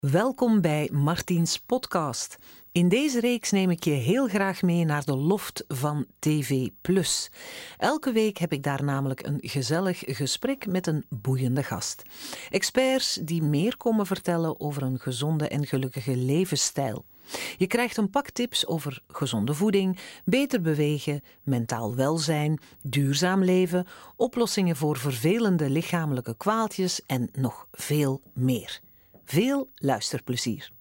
Welkom bij Martiens podcast. In deze reeks neem ik je heel graag mee naar de loft van TV+. Elke week heb ik daar namelijk een gezellig gesprek met een boeiende gast. Experts die meer komen vertellen over een gezonde en gelukkige levensstijl. Je krijgt een pak tips over gezonde voeding, beter bewegen, mentaal welzijn, duurzaam leven, oplossingen voor vervelende lichamelijke kwaaltjes en nog veel meer. Veel luisterplezier.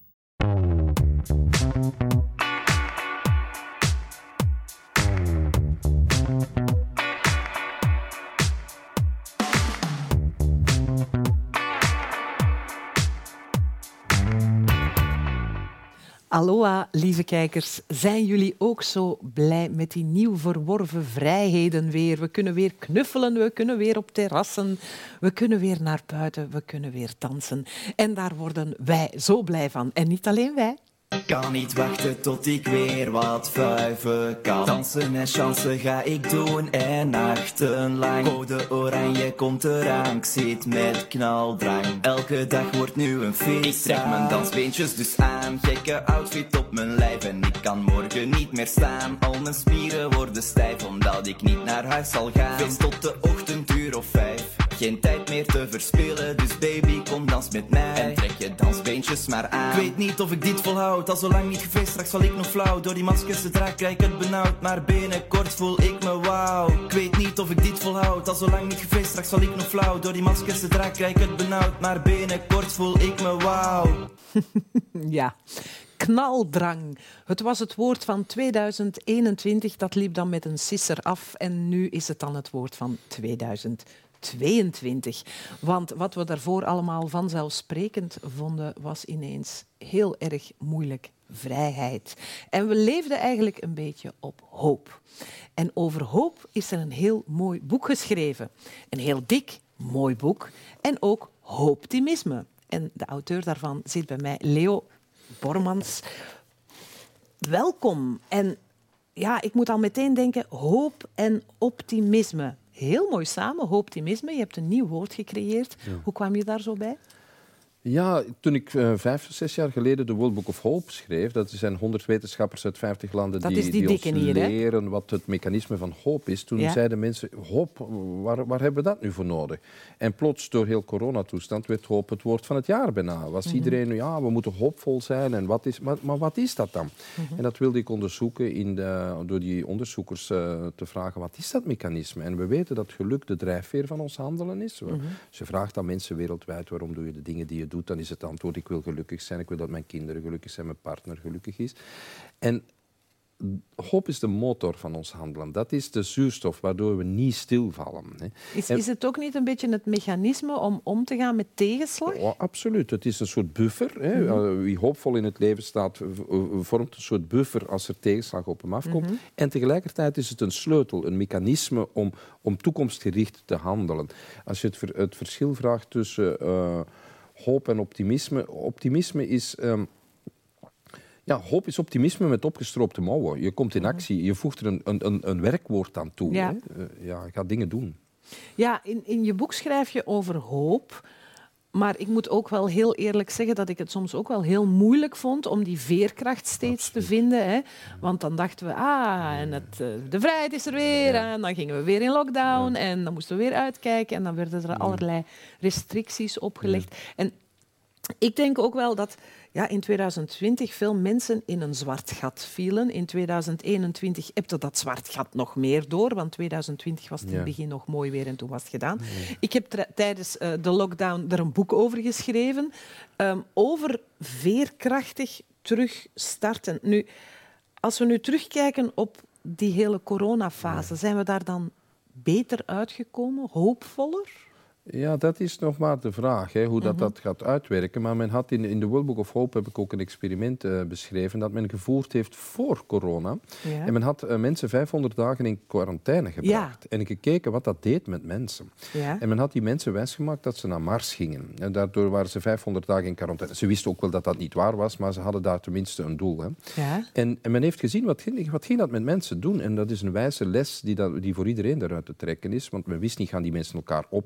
Aloha, lieve kijkers. Zijn jullie ook zo blij met die nieuw verworven vrijheden weer? We kunnen weer knuffelen, we kunnen weer op terrassen, we kunnen weer naar buiten, we kunnen weer dansen. En daar worden wij zo blij van. En niet alleen wij. Kan niet wachten tot ik weer wat vuiven kan. Dansen en chansen ga ik doen en nachtenlang. Code oranje komt eraan, ik zit met knaldrang. Elke dag wordt nu een feest. Ik trek mijn dansbeentjes dus aan. Gekke outfit op mijn lijf en ik kan morgen niet meer staan. Al mijn spieren worden stijf omdat ik niet naar huis zal gaan. Feest tot de ochtenduur of 5. Geen tijd meer te verspillen, dus baby kom dans met mij. En trek je dansbeentjes maar aan. Ik weet niet of ik dit volhoud, al zo lang niet gefeest, straks val ik nog flauw. Door die maskers te dragen krijg ik het benauwd, maar binnenkort voel ik me wauw. Ik weet niet of ik dit volhoud, al zo lang niet gefeest, straks val ik nog flauw. Door die maskers te dragen krijg ik het benauwd, maar binnenkort voel ik me wauw. Ja. Knaldrang. Het was het woord van 2021, dat liep dan met een sisser af en nu is het dan het woord van 2022. Want wat we daarvoor allemaal vanzelfsprekend vonden, was ineens heel erg moeilijk: vrijheid. En we leefden eigenlijk een beetje op hoop. En over hoop is er een heel mooi boek geschreven. Een heel dik, mooi boek. En ook Hooptimisme. En de auteur daarvan zit bij mij, Leo Bormans. Welkom. En ja, ik moet al meteen denken, hoop en optimisme. Heel mooi samen, hooptimisme. Je hebt een nieuw woord gecreëerd. Ja. Hoe kwam je daar zo bij? Ja, toen ik 5 of 6 jaar geleden de World Book of Hope schreef, dat zijn 100 wetenschappers uit 50 landen die ons leren wat het mechanisme van hoop is. Toen zeiden mensen, hoop, waar hebben we dat nu voor nodig? En plots, door heel coronatoestand, werd hoop het woord van het jaar bijna. Was iedereen, ja, we moeten hoopvol zijn. En wat is, maar wat is dat dan? En dat wilde ik onderzoeken door die onderzoekers te vragen, wat is dat mechanisme? En we weten dat geluk de drijfveer van ons handelen is. Als je vraagt aan mensen wereldwijd, waarom doe je de dingen die je doet, dan is het antwoord: ik wil gelukkig zijn, ik wil dat mijn kinderen gelukkig zijn, mijn partner gelukkig is. En hoop is de motor van ons handelen. Dat is de zuurstof waardoor we niet stilvallen. Is het ook niet een beetje het mechanisme om te gaan met tegenslag? Oh, absoluut. Het is een soort buffer. Wie hoopvol in het leven staat, vormt een soort buffer als er tegenslag op hem afkomt. En tegelijkertijd is het een sleutel, een mechanisme om toekomstgericht te handelen. Als je het verschil vraagt tussen hoop en optimisme. Optimisme is... hoop is optimisme met opgestroopte mouwen. Je komt in actie, je voegt er een werkwoord aan toe. Ja. Je gaat dingen doen. Ja, in je boek schrijf je over hoop. Maar ik moet ook wel heel eerlijk zeggen dat ik het soms ook wel heel moeilijk vond om die veerkracht steeds te vinden. Hè? Want dan dachten we, de vrijheid is er weer. Ja. En dan gingen we weer in lockdown en dan moesten we weer uitkijken. En dan werden er allerlei restricties opgelegd. Ja. En ik denk ook wel dat in 2020 veel mensen in een zwart gat vielen. In 2021 hebte dat zwart gat nog meer door, want 2020 was het in het begin nog mooi weer en toen was het gedaan. Ja. Ik heb tijdens de lockdown er een boek over geschreven, over veerkrachtig terugstarten. Nu, als we nu terugkijken op die hele coronafase, zijn we daar dan beter uitgekomen, hoopvoller? Ja, dat is nog maar de vraag, hoe dat gaat uitwerken. Maar men had in de World Book of Hope heb ik ook een experiment beschreven dat men gevoerd heeft voor corona. Ja. En men had mensen 500 dagen in quarantaine gebracht. Ja. En gekeken wat dat deed met mensen. Ja. En men had die mensen wijsgemaakt dat ze naar Mars gingen. En daardoor waren ze 500 dagen in quarantaine. Ze wisten ook wel dat dat niet waar was, maar ze hadden daar tenminste een doel. Hè. Ja. En men heeft gezien, wat ging dat met mensen doen? En dat is een wijze les die voor iedereen daaruit te trekken is. Want men wist niet, gaan die mensen elkaar opeten?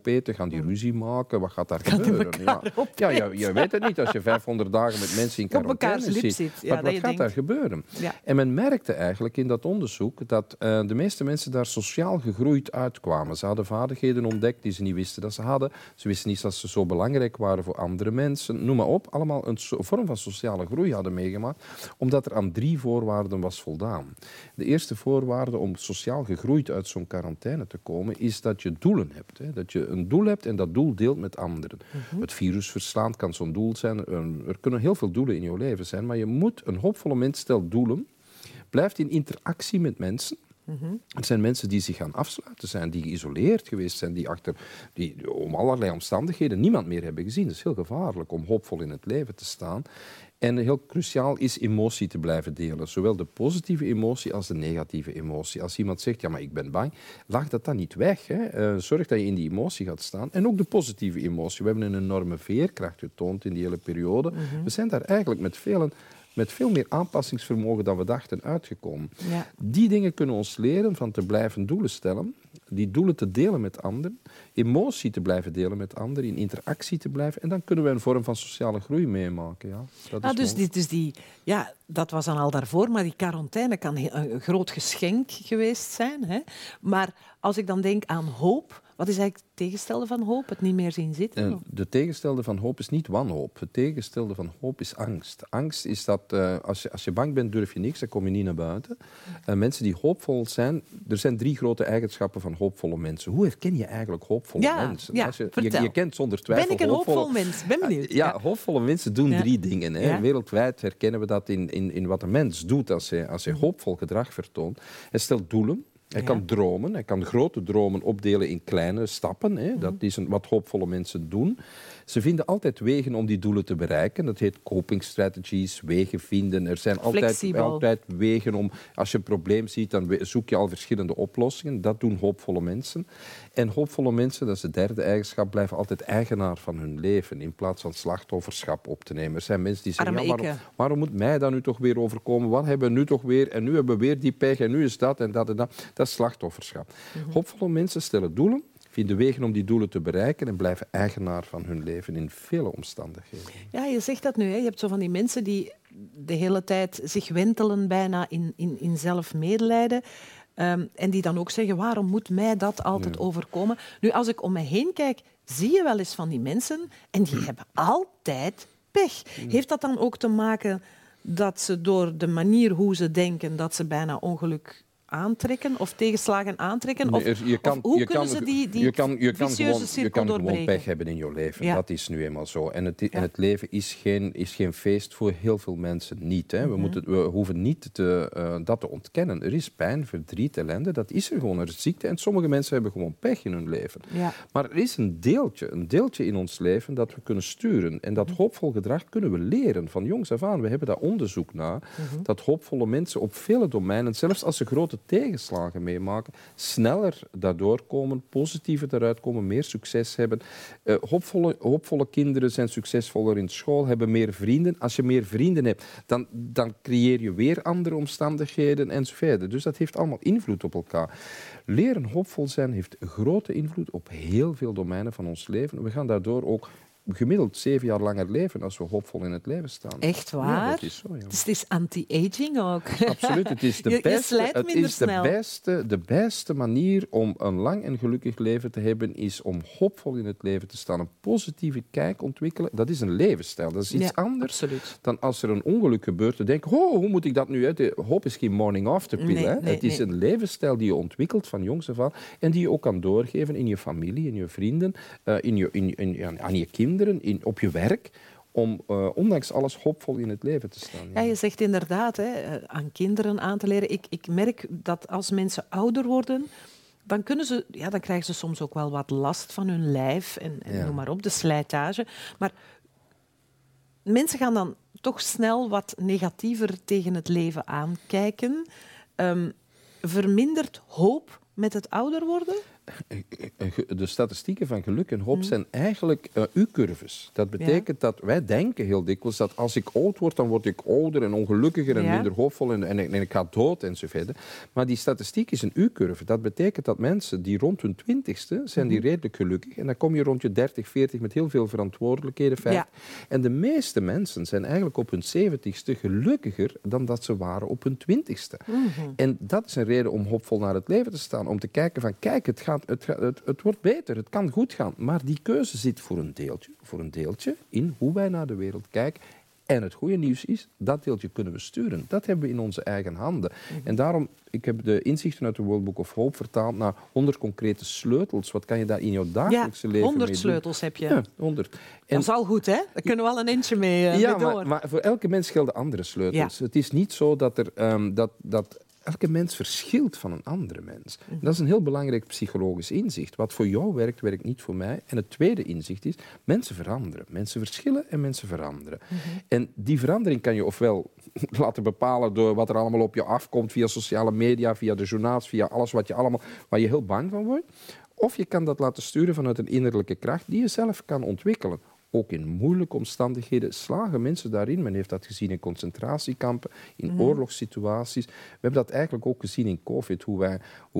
Gaan die ruzie maken? Wat gaat daar gebeuren? Je weet het niet als je 500 dagen met mensen in quarantaine zit. Wat gaat daar gebeuren? Ja. En men merkte eigenlijk in dat onderzoek dat de meeste mensen daar sociaal gegroeid uitkwamen. Ze hadden vaardigheden ontdekt die ze niet wisten dat ze hadden. Ze wisten niet dat ze zo belangrijk waren voor andere mensen. Noem maar op. Allemaal een vorm van sociale groei hadden meegemaakt, omdat er aan 3 voorwaarden was voldaan. De eerste voorwaarde om sociaal gegroeid uit zo'n quarantaine te komen, is dat je doelen hebt. Hè? Dat je een doel hebt en dat doel deelt met anderen. Het virus verslaan kan zo'n doel zijn. Er kunnen heel veel doelen in je leven zijn, maar je moet een hoopvolle mens stelt doelen. Blijft in interactie met mensen. Er zijn mensen die zich gaan afsluiten zijn, die geïsoleerd geweest zijn, die om allerlei omstandigheden niemand meer hebben gezien. Het is heel gevaarlijk om hoopvol in het leven te staan. En heel cruciaal is emotie te blijven delen. Zowel de positieve emotie als de negatieve emotie. Als iemand zegt, ja, maar ik ben bang, lach dat dan niet weg. Hè. Zorg dat je in die emotie gaat staan. En ook de positieve emotie. We hebben een enorme veerkracht getoond in die hele periode. We zijn daar eigenlijk met veel meer aanpassingsvermogen dan we dachten uitgekomen. Ja. Die dingen kunnen ons leren van te blijven doelen stellen, die doelen te delen met anderen, emotie te blijven delen met anderen, in interactie te blijven. En dan kunnen we een vorm van sociale groei meemaken. Ja, dat was dan al daarvoor, maar die quarantaine kan een groot geschenk geweest zijn. Hè? Maar als ik dan denk aan hoop, wat is eigenlijk het tegenstelde van hoop? Het niet meer zien zitten? De tegenstelde van hoop is niet wanhoop. Het tegenstelde van hoop is angst. Angst is dat als je bang bent, durf je niks, dan kom je niet naar buiten. Mensen die hoopvol zijn, er zijn 3 grote eigenschappen van hoopvolle mensen. Hoe herken je eigenlijk hoopvolle mensen? Je kent zonder twijfel. Ben ik een hoopvol mens? Ben benieuwd. Ja, hoopvolle mensen doen 3 dingen. Hè. Ja. Wereldwijd herkennen we dat in wat een mens doet als hij hoopvol gedrag vertoont. Hij stelt doelen. Hij kan dromen, hij kan grote dromen opdelen in kleine stappen. Hè. Dat is wat hoopvolle mensen doen. Ze vinden altijd wegen om die doelen te bereiken. Dat heet coping strategies, wegen vinden. Er zijn altijd wegen om... Als je een probleem ziet, dan zoek je al verschillende oplossingen. Dat doen hoopvolle mensen. En hoopvolle mensen, dat is de 3e eigenschap, blijven altijd eigenaar van hun leven, in plaats van slachtofferschap op te nemen. Er zijn mensen die zeggen, waarom moet mij dat nu toch weer overkomen? Wat hebben we nu toch weer? En nu hebben we weer die pech en nu is dat en dat en dat. Dat is slachtofferschap. Hoopvolle mensen stellen doelen, vinden wegen om die doelen te bereiken en blijven eigenaar van hun leven in vele omstandigheden. Ja, je zegt dat nu. Hè. Je hebt zo van die mensen die de hele tijd zich wentelen bijna in zelfmedelijden. En die dan ook zeggen, waarom moet mij dat altijd overkomen? Nu, als ik om me heen kijk, zie je wel eens van die mensen en die hebben altijd pech. Heeft dat dan ook te maken dat ze door de manier hoe ze denken, dat ze bijna ongeluk aantrekken of tegenslagen aantrekken? Hoe kunnen ze die vicieuze cirkel doorbreken? Gewoon pech hebben in je leven. Ja. Dat is nu eenmaal zo. En het leven is geen feest voor heel veel mensen niet. Hè. We hoeven niet dat te ontkennen. Er is pijn, verdriet, ellende. Dat is er gewoon. Er is ziekte. En sommige mensen hebben gewoon pech in hun leven. Ja. Maar er is een deeltje in ons leven dat we kunnen sturen. En dat hoopvol gedrag kunnen we leren van jongs af aan. We hebben daar onderzoek naar. Dat hoopvolle mensen op vele domeinen, zelfs als ze grote tegenslagen meemaken, sneller daardoor komen, positiever daaruit komen, meer succes hebben. Hoopvolle kinderen zijn succesvoller in school, hebben meer vrienden. Als je meer vrienden hebt, dan creëer je weer andere omstandigheden enzovoort. Dus dat heeft allemaal invloed op elkaar. Leren hoopvol zijn heeft grote invloed op heel veel domeinen van ons leven. We gaan daardoor ook gemiddeld 7 jaar langer leven als we hoopvol in het leven staan. Echt waar? Ja, dat is zo, ja. Dus het is anti-aging ook. Absoluut. Het is de beste manier om een lang en gelukkig leven te hebben, is om hoopvol in het leven te staan. Een positieve kijk ontwikkelen. Dat is een levensstijl. Dat is iets anders dan als er een ongeluk gebeurt. Te denken, hoe moet ik dat nu uit? Hoop is geen morning after pill. Het is een levensstijl die je ontwikkelt van jongs af aan en die je ook kan doorgeven in je familie, in je vrienden, aan je kinderen. Op je werk, om ondanks alles hoopvol in het leven te staan. Ja, je zegt inderdaad, aan kinderen aan te leren. Ik merk dat als mensen ouder worden, dan krijgen ze soms ook wel wat last van hun lijf en noem maar op, de slijtage. Maar mensen gaan dan toch snel wat negatiever tegen het leven aankijken. Vermindert hoop met het ouder worden? de statistieken van geluk en hoop zijn eigenlijk U-curves. Dat betekent dat wij denken heel dikwijls dat als ik oud word, dan word ik ouder en ongelukkiger en minder hoopvol en ik ga dood en zo verder. Maar die statistiek is een U-curve. Dat betekent dat mensen die rond hun 20ste zijn die redelijk gelukkig. En dan kom je rond je 30, 40 met heel veel verantwoordelijkheden. Ja. En de meeste mensen zijn eigenlijk op hun 70ste gelukkiger dan dat ze waren op hun 20ste. En dat is een reden om hoopvol naar het leven te staan. Om te kijken van, kijk, het wordt beter, het kan goed gaan. Maar die keuze zit voor een deeltje in hoe wij naar de wereld kijken. En het goede nieuws is, dat deeltje kunnen we sturen. Dat hebben we in onze eigen handen. En daarom, ik heb de inzichten uit de World Book of Hope vertaald naar 100 concrete sleutels. Wat kan je daar in jouw dagelijkse leven 100 mee doen? sleutels heb je. Ja, 100. Dat is al goed, hè? Daar kunnen we al een eentje mee door. Maar voor elke mens gelden andere sleutels. Ja. Het is niet zo dat elke mens verschilt van een andere mens. Dat is een heel belangrijk psychologisch inzicht. Wat voor jou werkt, werkt niet voor mij. En het tweede inzicht is, mensen veranderen. Mensen verschillen en mensen veranderen. En die verandering kan je ofwel laten bepalen door wat er allemaal op je afkomt via sociale media, via de journaals, via alles waar je heel bang van wordt. Of je kan dat laten sturen vanuit een innerlijke kracht die je zelf kan ontwikkelen. Ook in moeilijke omstandigheden slagen mensen daarin. Men heeft dat gezien in concentratiekampen, in oorlogssituaties. We hebben dat eigenlijk ook gezien in COVID, hoe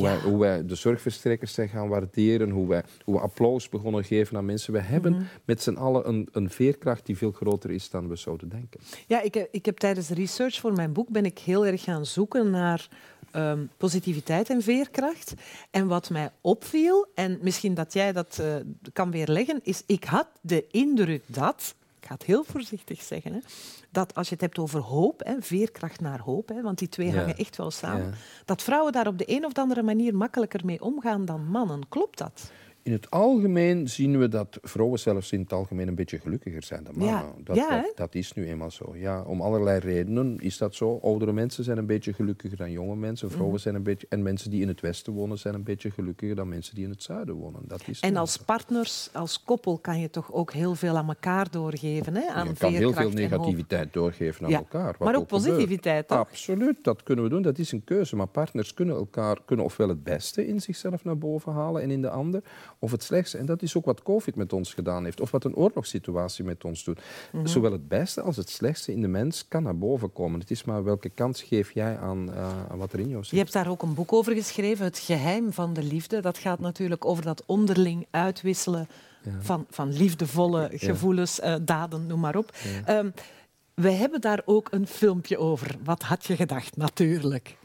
wij de zorgverstrekkers zijn gaan waarderen, hoe we applaus begonnen geven aan mensen. We hebben met z'n allen een veerkracht die veel groter is dan we zouden denken. Ja, ik heb tijdens de research voor mijn boek ben ik heel erg gaan zoeken naar positiviteit en veerkracht. En wat mij opviel, en misschien dat jij dat kan weerleggen, is ik had de indruk dat, ik ga het heel voorzichtig zeggen, hè, dat als je het hebt over hoop, hè, veerkracht naar hoop, hè, want die twee hangen echt wel samen, dat vrouwen daar op de een of andere manier makkelijker mee omgaan dan mannen. Klopt dat? In het algemeen zien we dat vrouwen zelfs in het algemeen een beetje gelukkiger zijn dan mannen. Dat is nu eenmaal zo. Ja, om allerlei redenen is dat zo. Oudere mensen zijn een beetje gelukkiger dan jonge mensen. Vrouwen zijn een beetje... En mensen die in het westen wonen zijn een beetje gelukkiger dan mensen die in het zuiden wonen. Dat is en als partners, als koppel, kan je toch ook heel veel aan elkaar doorgeven? Hè? Aan je kan heel veel negativiteit doorgeven aan elkaar. Maar ook positiviteit, toch? Absoluut, dat kunnen we doen. Dat is een keuze. Maar partners kunnen ofwel het beste in zichzelf naar boven halen en in de ander, of het slechtste. En dat is ook wat COVID met ons gedaan heeft. Of wat een oorlogssituatie met ons doet. Zowel het beste als het slechtste in de mens kan naar boven komen. Het is maar welke kans geef jij aan wat er in jou zit. Je hebt daar ook een boek over geschreven, Het geheim van de liefde. Dat gaat natuurlijk over dat onderling uitwisselen van liefdevolle gevoelens, daden, noem maar op. Ja. We hebben daar ook een filmpje over. Wat had je gedacht? Natuurlijk.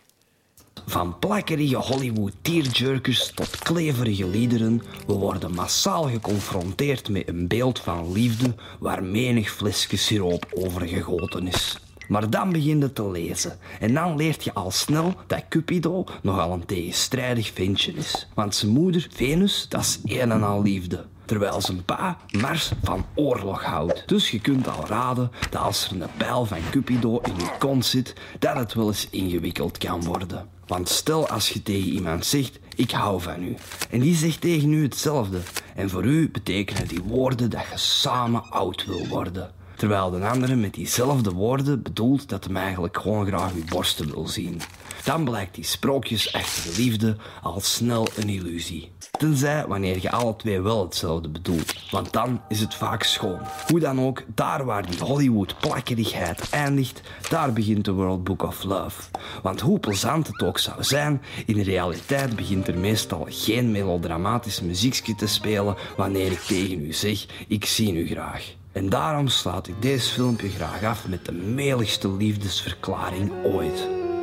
Van plakkerige Hollywood-tearjerkers tot kleverige liederen, we worden massaal geconfronteerd met een beeld van liefde waar menig flesje siroop over gegoten is. Maar dan begin je te lezen en dan leert je al snel dat Cupido nogal een tegenstrijdig ventje is. Want zijn moeder, Venus, dat is een en al liefde. Terwijl zijn pa Mars van oorlog houdt. Dus je kunt al raden dat als er een pijl van Cupido in je kont zit, dat het wel eens ingewikkeld kan worden. Want stel als je tegen iemand zegt, ik hou van u. En die zegt tegen u hetzelfde. En voor u betekenen die woorden dat je samen oud wil worden. Terwijl de andere met diezelfde woorden bedoelt dat hem eigenlijk gewoon graag uw borsten wil zien. Dan blijkt die sprookjesachtige liefde al snel een illusie. Tenzij wanneer je alle twee wel hetzelfde bedoelt. Want dan is het vaak schoon. Hoe dan ook, daar waar die Hollywood-plakkerigheid eindigt, daar begint de World Book of Love. Want hoe plezant het ook zou zijn, in realiteit begint er meestal geen melodramatische muziekje te spelen wanneer ik tegen u zeg, ik zie u graag. En daarom sluit ik deze filmpje graag af met de meligste liefdesverklaring ooit.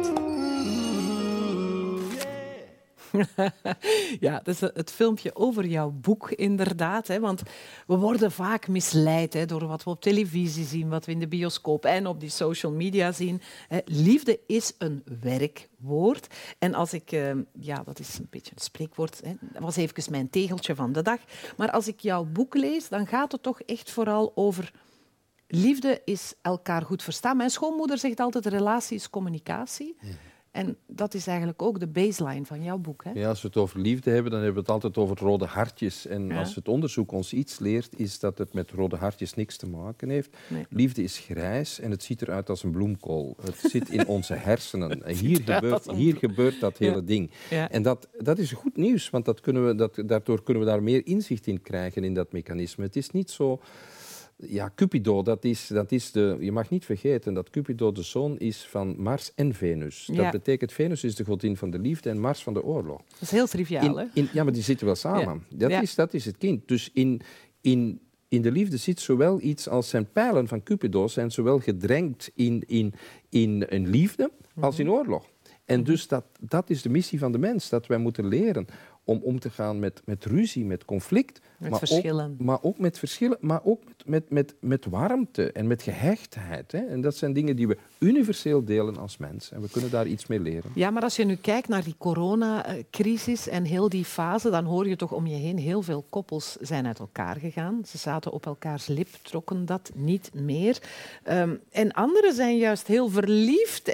Ja, dat is het filmpje over jouw boek, inderdaad. Hè, want we worden vaak misleid door wat we op televisie zien, wat we in de bioscoop en op die social media zien. Liefde is een werkwoord. En als ik... dat is een beetje een spreekwoord. Hè, dat was even mijn tegeltje van de dag. Maar als ik jouw boek lees, dan gaat het toch echt vooral over... Liefde is elkaar goed verstaan. Mijn schoonmoeder zegt altijd, relatie is communicatie. Ja. En dat is eigenlijk ook de baseline van jouw boek. Hè? Ja, als we het over liefde hebben, dan hebben we het altijd over rode hartjes. En als het onderzoek ons iets leert, is dat het met rode hartjes niks te maken heeft. Nee. Liefde is grijs en het ziet eruit als een bloemkool. Het zit in onze hersenen. En hier gebeurt dat hele ding. Ja. En dat is goed nieuws, want daardoor kunnen we daar meer inzicht in krijgen in dat mechanisme. Het is niet zo... Ja, Cupido, dat is je mag niet vergeten dat Cupido de zoon is van Mars en Venus. Dat betekent, Venus is de godin van de liefde en Mars van de oorlog. Dat is heel triviaal, hè? Ja, maar die zitten wel samen. Ja. Dat is het kind. Dus in de liefde zit zowel iets als zijn pijlen van Cupido zijn zowel gedrenkt in een liefde als in oorlog. En dus dat is de missie van de mens, dat wij moeten leren om te gaan met ruzie, met conflict. Maar ook met verschillen, maar ook met warmte en met gehechtheid. Hè. En dat zijn dingen die we universeel delen als mens. En we kunnen daar iets mee leren. Ja, maar als je nu kijkt naar die coronacrisis en heel die fase, dan hoor je toch om je heen heel veel koppels zijn uit elkaar gegaan. Ze zaten op elkaars lip, trokken dat niet meer. En anderen zijn juist heel verliefd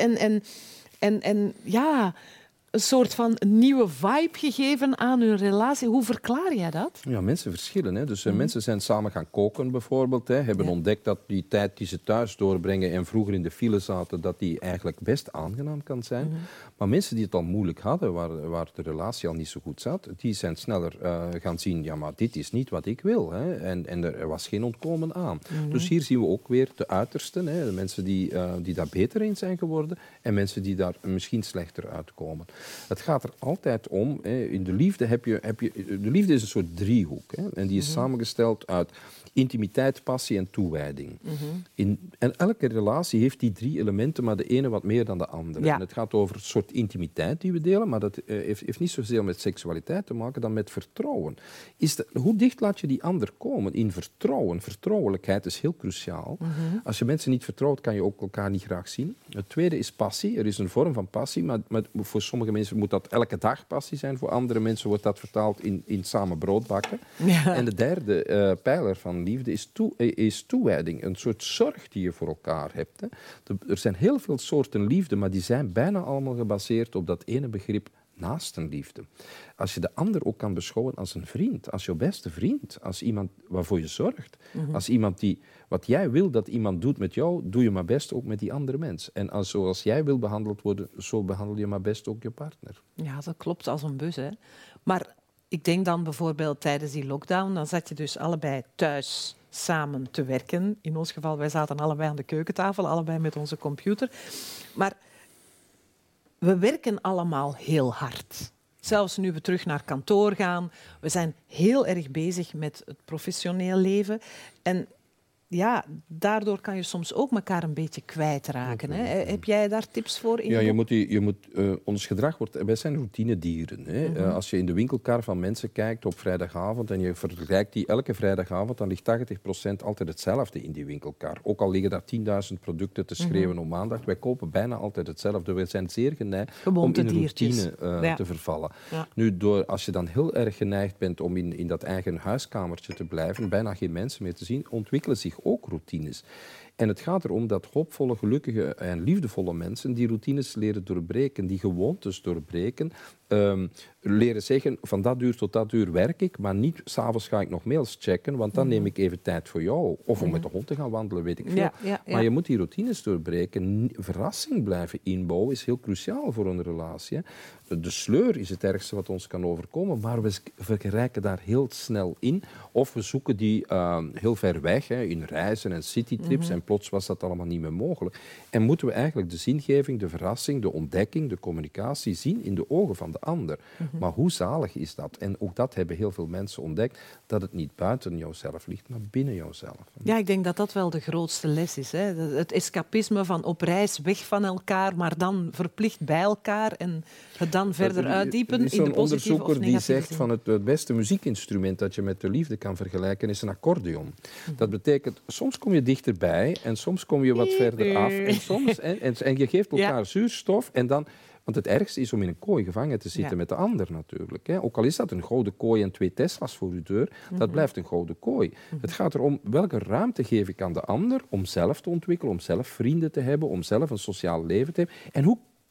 en ja... een soort van nieuwe vibe gegeven aan hun relatie. Hoe verklaar jij dat? Ja, mensen verschillen. Hè. Dus mensen zijn samen gaan koken bijvoorbeeld. Hè. Hebben ontdekt dat die tijd die ze thuis doorbrengen en vroeger in de file zaten, dat die eigenlijk best aangenaam kan zijn. Maar mensen die het al moeilijk hadden, waar de relatie al niet zo goed zat, die zijn sneller gaan zien, ja, maar dit is niet wat ik wil. Hè. En er was geen ontkomen aan. Dus hier zien we ook weer de uitersten. Hè. De mensen die daar beter in zijn geworden en mensen die daar misschien slechter uitkomen. Het gaat er altijd om, hè. In de liefde de liefde is een soort driehoek. Hè, en die is samengesteld uit intimiteit, passie en toewijding. En elke relatie heeft die 3 elementen, maar de ene wat meer dan de andere. Ja. En het gaat over een soort intimiteit die we delen, maar dat heeft niet zozeer met seksualiteit te maken dan met vertrouwen. Hoe dicht laat je die ander komen in vertrouwen? Vertrouwelijkheid is heel cruciaal. Als je mensen niet vertrouwt, kan je ook elkaar niet graag zien. Het tweede is passie. Er is een vorm van passie, maar voor sommige mensen moet dat elke dag passie zijn. Voor andere mensen wordt dat vertaald in samen brood bakken. Ja. En de derde pijler van liefde is toewijding. Een soort zorg die je voor elkaar hebt. Hè. Er zijn heel veel soorten liefde, maar die zijn bijna allemaal gebaseerd op dat ene begrip naastenliefde. Als je de ander ook kan beschouwen als een vriend, als jouw beste vriend, als iemand waarvoor je zorgt, als iemand die wat jij wil dat iemand doet met jou, doe je maar best ook met die andere mens. En zoals jij wil behandeld worden, zo behandel je maar best ook je partner. Ja, dat klopt als een bus, hè. Maar ik denk dan bijvoorbeeld tijdens die lockdown, dan zat je dus allebei thuis samen te werken. In ons geval, wij zaten allebei aan de keukentafel, allebei met onze computer. Maar we werken allemaal heel hard. Zelfs nu we terug naar kantoor gaan. We zijn heel erg bezig met het professioneel leven. En ja, daardoor kan je soms ook elkaar een beetje kwijtraken. Hè? Heb jij daar tips voor? Ons gedrag wordt... Wij zijn routinedieren. Hè? Als je in de winkelkar van mensen kijkt op vrijdagavond en je vergelijkt die elke vrijdagavond, dan ligt 80% altijd hetzelfde in die winkelkar. Ook al liggen daar 10.000 producten te schreeuwen om maandag. Wij kopen bijna altijd hetzelfde. We zijn zeer geneigd om in een routine te vervallen. Ja. Nu, als je dan heel erg geneigd bent om in dat eigen huiskamertje te blijven, bijna geen mensen meer te zien, ontwikkelen zich ook routines. En het gaat erom dat hoopvolle, gelukkige en liefdevolle mensen die routines leren doorbreken, die gewoontes doorbreken, leren zeggen van dat uur tot dat uur werk ik, maar niet 's avonds ga ik nog mails checken, want dan neem ik even tijd voor jou. Of om met de hond te gaan wandelen, weet ik veel. Ja. Maar je moet die routines doorbreken. Verrassing blijven inbouwen is heel cruciaal voor een relatie. Hè. De sleur is het ergste wat ons kan overkomen, maar we verrijken daar heel snel in. Of we zoeken die heel ver weg, hè, in reizen en citytrips, en plots was dat allemaal niet meer mogelijk. En moeten we eigenlijk de zingeving, de verrassing, de ontdekking, de communicatie zien in de ogen van de ander. Maar hoe zalig is dat? En ook dat hebben heel veel mensen ontdekt, dat het niet buiten jouzelf ligt, maar binnen jouzelf. Ja, ik denk dat dat wel de grootste les is. Hè? Het escapisme van op reis weg van elkaar, maar dan verplicht bij elkaar en het dan verder uitdiepen in de positieve of negatieve onderzoeker die zegt van het beste muziekinstrument dat je met de liefde kan vergelijken is een accordeon. Dat betekent, soms kom je dichterbij en soms kom je wat verder af. En je geeft elkaar zuurstof en dan... Want het ergste is om in een kooi gevangen te zitten met de ander natuurlijk. Hè. Ook al is dat een gouden kooi en 2 Tesla's voor uw deur, dat blijft een gouden kooi. Het gaat erom welke ruimte geef ik aan de ander om zelf te ontwikkelen, om zelf vrienden te hebben, om zelf een sociaal leven te hebben. En hoe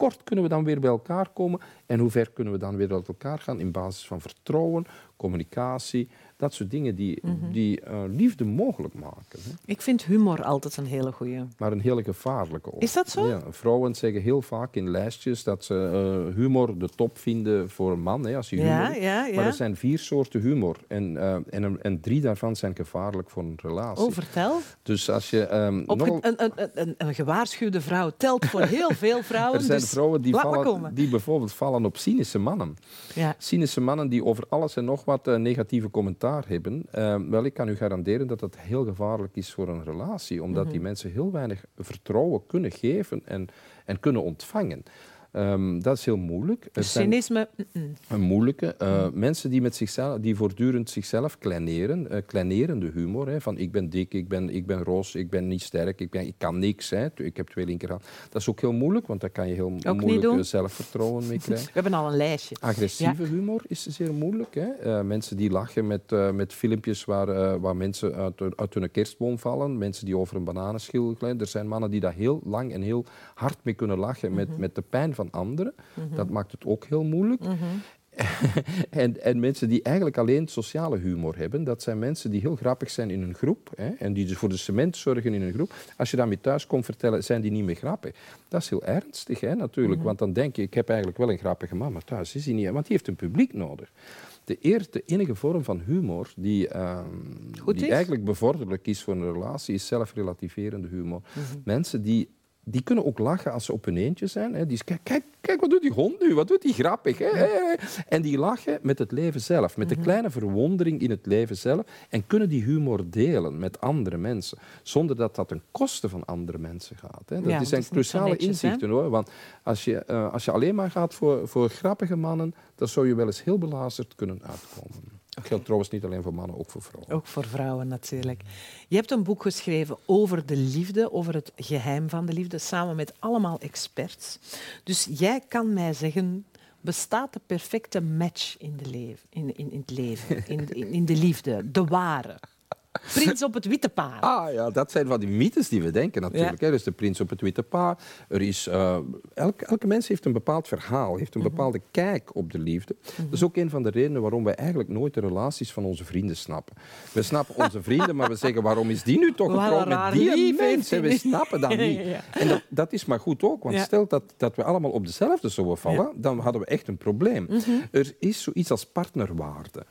kort kunnen we dan weer bij elkaar komen en hoe ver kunnen we dan weer uit elkaar gaan in basis van vertrouwen, communicatie, dat soort dingen die liefde mogelijk maken. Hè. Ik vind humor altijd een hele goeie. Maar een hele gevaarlijke ook. Is dat zo? Ja, vrouwen zeggen heel vaak in lijstjes dat ze humor de top vinden voor een man, hè, als je humor ja. Maar er zijn 4 soorten humor en 3 daarvan zijn gevaarlijk voor een relatie. Oh, vertel. Dus als je... Een gewaarschuwde vrouw telt voor heel veel vrouwen. Er zijn dus vrouwen die bijvoorbeeld vallen op cynische mannen. Ja. Cynische mannen die over alles en nog wat negatieve commentaar hebben. Wel, ik kan u garanderen dat dat heel gevaarlijk is voor een relatie, omdat die mensen heel weinig vertrouwen kunnen geven en kunnen ontvangen. Dat is heel moeilijk. Cynisme? Een moeilijke. Mensen die voortdurend zichzelf kleineren, kleinerende humor, hè, van ik ben dik, ik ben roos, ik ben niet sterk, ik kan niks, hè, ik heb 2 linkerhanden. Dat is ook heel moeilijk, want daar kan je heel moeilijk zelfvertrouwen mee krijgen. We hebben al een lijstje. Agressieve humor is zeer moeilijk. Hè. Mensen die lachen met filmpjes waar mensen uit hun kerstboom vallen, mensen die over een bananenschil glijden. Er zijn mannen die daar heel lang en heel hard mee kunnen lachen met de pijn van anderen. Dat maakt het ook heel moeilijk. En mensen die eigenlijk alleen sociale humor hebben, dat zijn mensen die heel grappig zijn in een groep, hè, en die dus voor de cement zorgen in een groep. Als je daarmee thuis komt vertellen, zijn die niet meer grappig. Dat is heel ernstig, hè, natuurlijk. Want dan denk je, ik heb eigenlijk wel een grappige man, maar thuis is hij niet. Want die heeft een publiek nodig. De enige vorm van humor die eigenlijk bevorderlijk is voor een relatie, is zelfrelativerende humor. Mensen die kunnen ook lachen als ze op hun eentje zijn. Hè. Die kijk, wat doet die hond nu? Wat doet die grappig? Hè? En die lachen met het leven zelf, met de kleine verwondering in het leven zelf, en kunnen die humor delen met andere mensen, zonder dat dat ten koste van andere mensen gaat. Hè. Dat zijn cruciale inzichten, hoor. Want als je alleen maar gaat voor grappige mannen, dan zou je wel eens heel belazerd kunnen uitkomen. Dat geldt trouwens niet alleen voor mannen, ook voor vrouwen. Ook voor vrouwen, natuurlijk. Je hebt een boek geschreven over de liefde, over het geheim van de liefde, samen met allemaal experts. Dus jij kan mij zeggen, bestaat de perfecte match in het leven, in de liefde, de ware? Prins op het witte paard. Ah ja, dat zijn van die mythes die we denken natuurlijk. Ja. Dus de prins op het witte paard. Er is, elke mens heeft een bepaald verhaal, heeft een bepaalde kijk op de liefde. Dat is ook een van de redenen waarom wij eigenlijk nooit de relaties van onze vrienden snappen. We snappen onze vrienden, maar we zeggen, waarom is die nu toch getrouwd met die mens? We snappen dat niet. En dat is maar goed ook, want stel dat we allemaal op dezelfde zouden vallen, dan hadden we echt een probleem. Er is zoiets als partnerwaarde,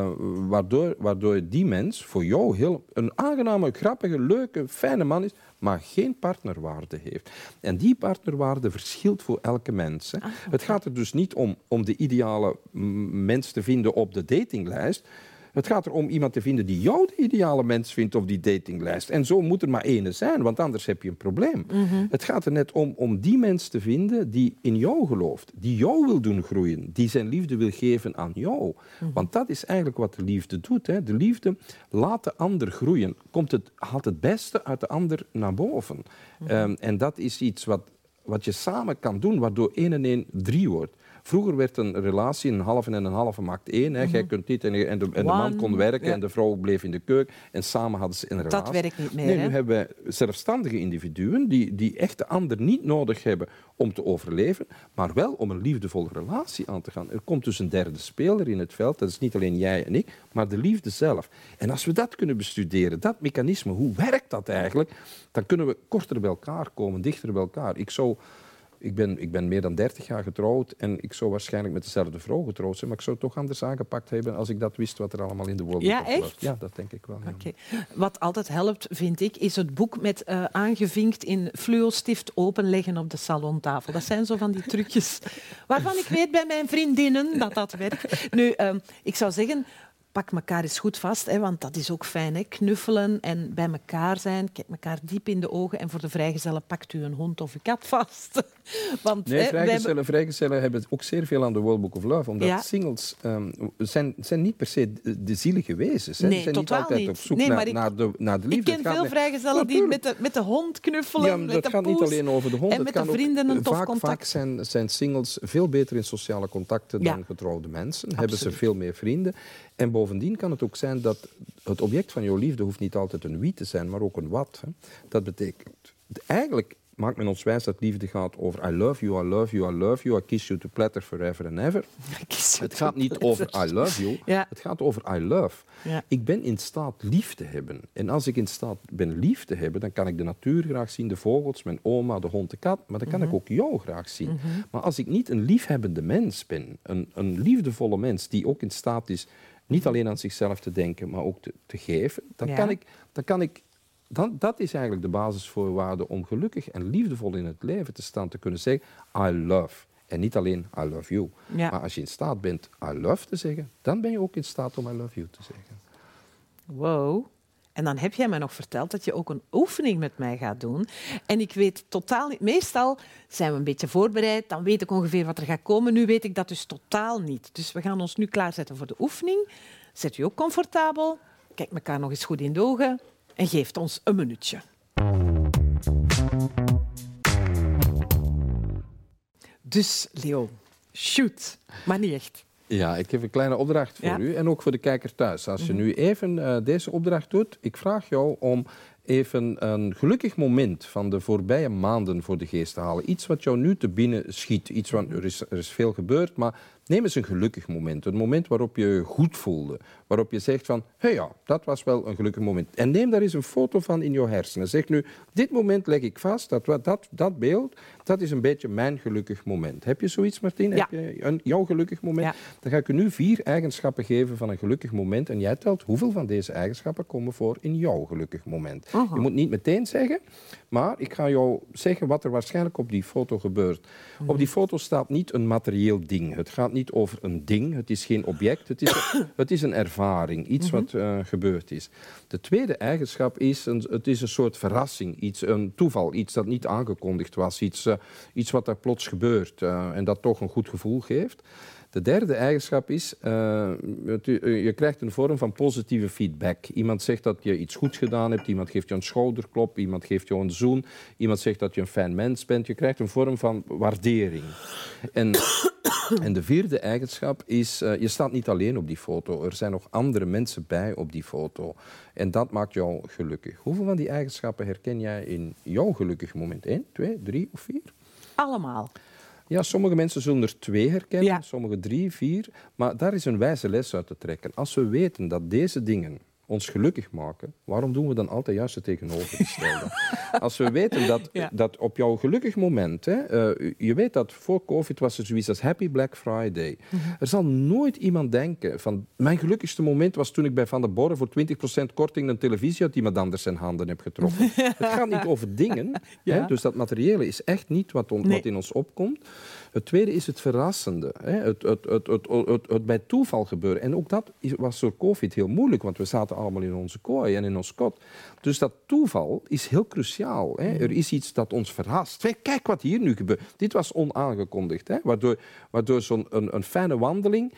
waardoor die mens voor jou een aangename, grappige, leuke, fijne man is, maar geen partnerwaarde heeft. En die partnerwaarde verschilt voor elke mens. Hè. Het gaat er dus niet om de ideale mens te vinden op de datinglijst. Het gaat erom iemand te vinden die jou de ideale mens vindt op die datinglijst. En zo moet er maar ene zijn, want anders heb je een probleem. Het gaat er net om die mens te vinden die in jou gelooft, die jou wil doen groeien, die zijn liefde wil geven aan jou. Want dat is eigenlijk wat de liefde doet. Hè. De liefde laat de ander groeien, haalt het beste uit de ander naar boven. En dat is iets wat je samen kan doen, waardoor 1 en 1 3 wordt. Vroeger werd een relatie een halve en een halve maakt 1. Hè. Jij kunt niet en de man kon werken en de vrouw bleef in de keuken. En samen hadden ze een relatie. Dat werkt niet meer. Nee, nu hebben wij zelfstandige individuen die echt de ander niet nodig hebben om te overleven, maar wel om een liefdevolle relatie aan te gaan. Er komt dus een derde speler in het veld. Dat is niet alleen jij en ik, maar de liefde zelf. En als we dat kunnen bestuderen, dat mechanisme, hoe werkt dat eigenlijk, dan kunnen we korter bij elkaar komen, dichter bij elkaar. Ik ben meer dan 30 jaar getrouwd en ik zou waarschijnlijk met dezelfde vrouw getrouwd zijn, maar ik zou het toch anders aangepakt hebben als ik dat wist wat er allemaal in de World Book of Love. Ja, dat denk ik wel. Ja. Okay. Wat altijd helpt, vind ik, is het boek met aangevinkt in fluostift openleggen op de salontafel. Dat zijn zo van die trucjes waarvan ik weet bij mijn vriendinnen dat dat werkt. Nu, ik zou zeggen, pak elkaar eens goed vast, hè, want dat is ook fijn. Hè? Knuffelen en bij elkaar zijn. Kijk elkaar diep in de ogen. En voor de vrijgezellen pakt u een hond of een kat vast. Want, nee, vrijgezellen hebben ook zeer veel aan de World Book of Love. Omdat singles zijn niet per se de zielige wezens. Hè. Nee, die zijn niet altijd op zoek naar de liefde. Ik ken veel vrijgezellen die met de hond knuffelen, ja, met de dat gaat niet alleen over de hond. En met de vrienden een tof contact. Vaak zijn singles veel beter in sociale contacten dan getrouwde mensen. Absoluut. Hebben ze veel meer vrienden. En bovendien kan het ook zijn dat het object van jouw liefde hoeft niet altijd een wie te zijn, maar ook een wat. Hè. Dat betekent, eigenlijk maakt men ons wijs dat liefde gaat over I love you, I love you, I love you, I kiss you to platter forever and ever. Het gaat niet over I love you, het gaat over I love. Ja. Ik ben in staat lief te hebben. En als ik in staat ben lief te hebben, dan kan ik de natuur graag zien, de vogels, mijn oma, de hond, de kat, maar dan kan ik ook jou graag zien. Maar als ik niet een liefhebbende mens ben, een liefdevolle mens die ook in staat is niet alleen aan zichzelf te denken, maar ook te geven, dat is eigenlijk de basisvoorwaarde om gelukkig en liefdevol in het leven te staan, te kunnen zeggen I love. En niet alleen I love you. Ja. Maar als je in staat bent I love te zeggen, dan ben je ook in staat om I love you te zeggen. Wow. En dan heb jij mij nog verteld dat je ook een oefening met mij gaat doen. En ik weet totaal niet... Meestal zijn we een beetje voorbereid, dan weet ik ongeveer wat er gaat komen. Nu weet ik dat dus totaal niet. Dus we gaan ons nu klaarzetten voor de oefening. Zet u ook comfortabel. Kijk elkaar nog eens goed in de ogen. En geeft ons een minuutje. Dus, Leo, shoot. Maar niet echt. Ja, ik heb een kleine opdracht voor u en ook voor de kijker thuis. Als je nu even deze opdracht doet, ik vraag jou om even een gelukkig moment van de voorbije maanden voor de geest te halen. Iets wat jou nu te binnen schiet. Iets wat, er is veel gebeurd, maar neem eens een gelukkig moment. Een moment waarop je je goed voelde. Waarop je zegt van, ja, dat was wel een gelukkig moment. En neem daar eens een foto van in je hersenen. Zeg nu, dit moment leg ik vast, dat beeld, dat is een beetje mijn gelukkig moment. Heb je zoiets, Martien? Ja. Heb je jouw gelukkig moment? Ja. Dan ga ik u nu 4 eigenschappen geven van een gelukkig moment. En jij telt hoeveel van deze eigenschappen komen voor in jouw gelukkig moment. Je moet niet meteen zeggen, maar ik ga jou zeggen wat er waarschijnlijk op die foto gebeurt. Op die foto staat niet een materieel ding. Het gaat niet over een ding, het is geen object, het is een ervaring, iets wat gebeurd is. De tweede eigenschap is, het is een soort verrassing, een toeval, iets dat niet aangekondigd was, iets wat daar plots gebeurt en dat toch een goed gevoel geeft. De derde eigenschap is, je krijgt een vorm van positieve feedback. Iemand zegt dat je iets goed gedaan hebt, iemand geeft je een schouderklop, iemand geeft je een zoen, iemand zegt dat je een fijn mens bent. Je krijgt een vorm van waardering. En de vierde eigenschap is, je staat niet alleen op die foto. Er zijn nog andere mensen bij op die foto. En dat maakt jou gelukkig. Hoeveel van die eigenschappen herken jij in jouw gelukkig moment? 1, 2, 3 of 4? Allemaal. Ja, sommige mensen zullen er 2 herkennen, sommige 3, 4. Maar daar is een wijze les uit te trekken. Als we weten dat deze dingen ons gelukkig maken, waarom doen we dan altijd juist het tegenovergestelde? Als we weten dat op jouw gelukkig moment, je weet dat voor COVID was er zoiets als Happy Black Friday. Er zal nooit iemand denken van, mijn gelukkigste moment was toen ik bij Van der Borre voor 20% korting een televisie uit iemand anders zijn handen heb getroffen. Het gaat niet over dingen, dus dat materiële is echt niet wat in ons opkomt. Het tweede is het verrassende, het bij toeval gebeuren. En ook dat was door COVID heel moeilijk, want we zaten allemaal in onze kooi en in ons kot. Dus dat toeval is heel cruciaal. Er is iets dat ons verrast. Kijk wat hier nu gebeurt. Dit was onaangekondigd, waardoor zo'n een fijne wandeling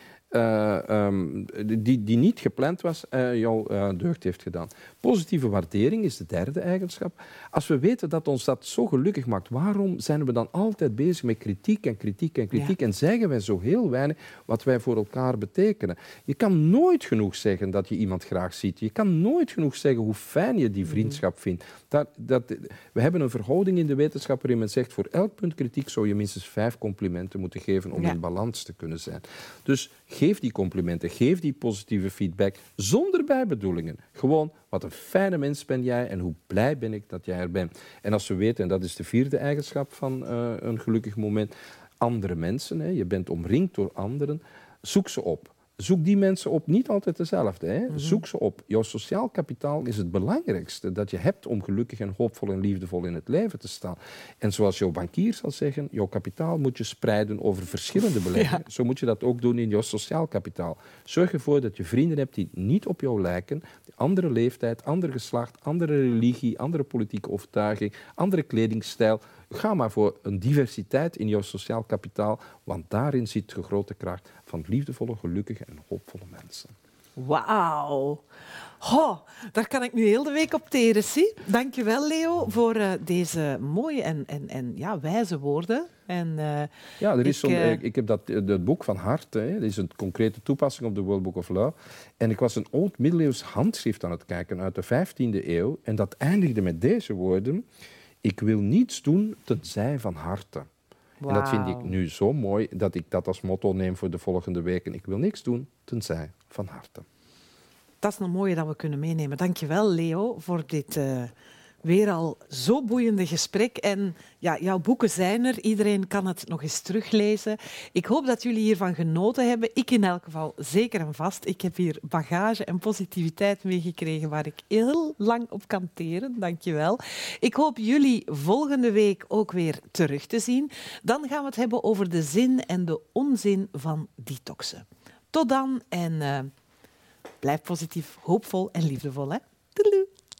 die niet gepland was, jou deugd heeft gedaan. Positieve waardering is de derde eigenschap. Als we weten dat ons dat zo gelukkig maakt, waarom zijn we dan altijd bezig met kritiek en kritiek en kritiek en zeggen wij zo heel weinig wat wij voor elkaar betekenen? Je kan nooit genoeg zeggen dat je iemand graag ziet. Je kan nooit genoeg zeggen hoe fijn je die vriendschap vindt. We hebben een verhouding in de wetenschap waarin men zegt, voor elk punt kritiek zou je minstens 5 complimenten moeten geven om in balans te kunnen zijn. Dus geef die complimenten, geef die positieve feedback, zonder bijbedoelingen. Gewoon, wat een fijne mens ben jij en hoe blij ben ik dat jij er bent. En als we weten, en dat is de vierde eigenschap van een gelukkig moment, andere mensen, je bent omringd door anderen, zoek ze op. Zoek die mensen op, niet altijd dezelfde. Zoek ze op. Jouw sociaal kapitaal is het belangrijkste dat je hebt om gelukkig en hoopvol en liefdevol in het leven te staan. En zoals jouw bankier zal zeggen, jouw kapitaal moet je spreiden over verschillende beleggingen. Zo moet je dat ook doen in jouw sociaal kapitaal. Zorg ervoor dat je vrienden hebt die niet op jou lijken, andere leeftijd, ander geslacht, andere religie, andere politieke overtuiging, andere kledingstijl. Ga maar voor een diversiteit in jouw sociaal kapitaal, want daarin zit de grote kracht van liefdevolle, gelukkige en hoopvolle mensen. Wauw. Daar kan ik nu heel de week op teren, zie. Dank je wel, Leo, voor deze mooie en wijze woorden. Ik heb het boek van Hart, dat is een concrete toepassing op de World Book of Love. En ik was een oud middeleeuws handschrift aan het kijken uit de 15e eeuw. En dat eindigde met deze woorden. Ik wil niets doen tenzij van harte. Wow. En dat vind ik nu zo mooi dat ik dat als motto neem voor de volgende weken. Ik wil niks doen tenzij van harte. Dat is een mooie dat we kunnen meenemen. Dankjewel, Leo, voor dit weer al zo boeiende gesprek. En ja, jouw boeken zijn er. Iedereen kan het nog eens teruglezen. Ik hoop dat jullie hiervan genoten hebben. Ik in elk geval zeker en vast. Ik heb hier bagage en positiviteit meegekregen waar ik heel lang op kan teren. Dankjewel. Ik hoop jullie volgende week ook weer terug te zien. Dan gaan we het hebben over de zin en de onzin van detoxen. Tot dan en blijf positief, hoopvol en liefdevol. Hè? Doei.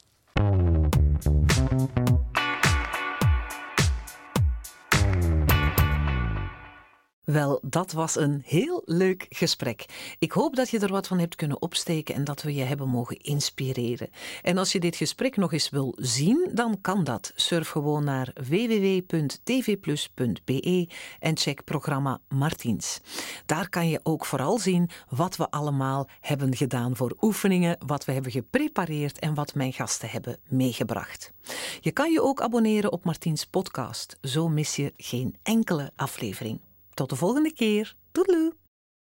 Wel, dat was een heel leuk gesprek. Ik hoop dat je er wat van hebt kunnen opsteken en dat we je hebben mogen inspireren. En als je dit gesprek nog eens wil zien, dan kan dat. Surf gewoon naar www.tvplus.be en check programma Martiens. Daar kan je ook vooral zien wat we allemaal hebben gedaan voor oefeningen, wat we hebben geprepareerd en wat mijn gasten hebben meegebracht. Je kan je ook abonneren op Martiens podcast. Zo mis je geen enkele aflevering. Tot de volgende keer. Doedeloe!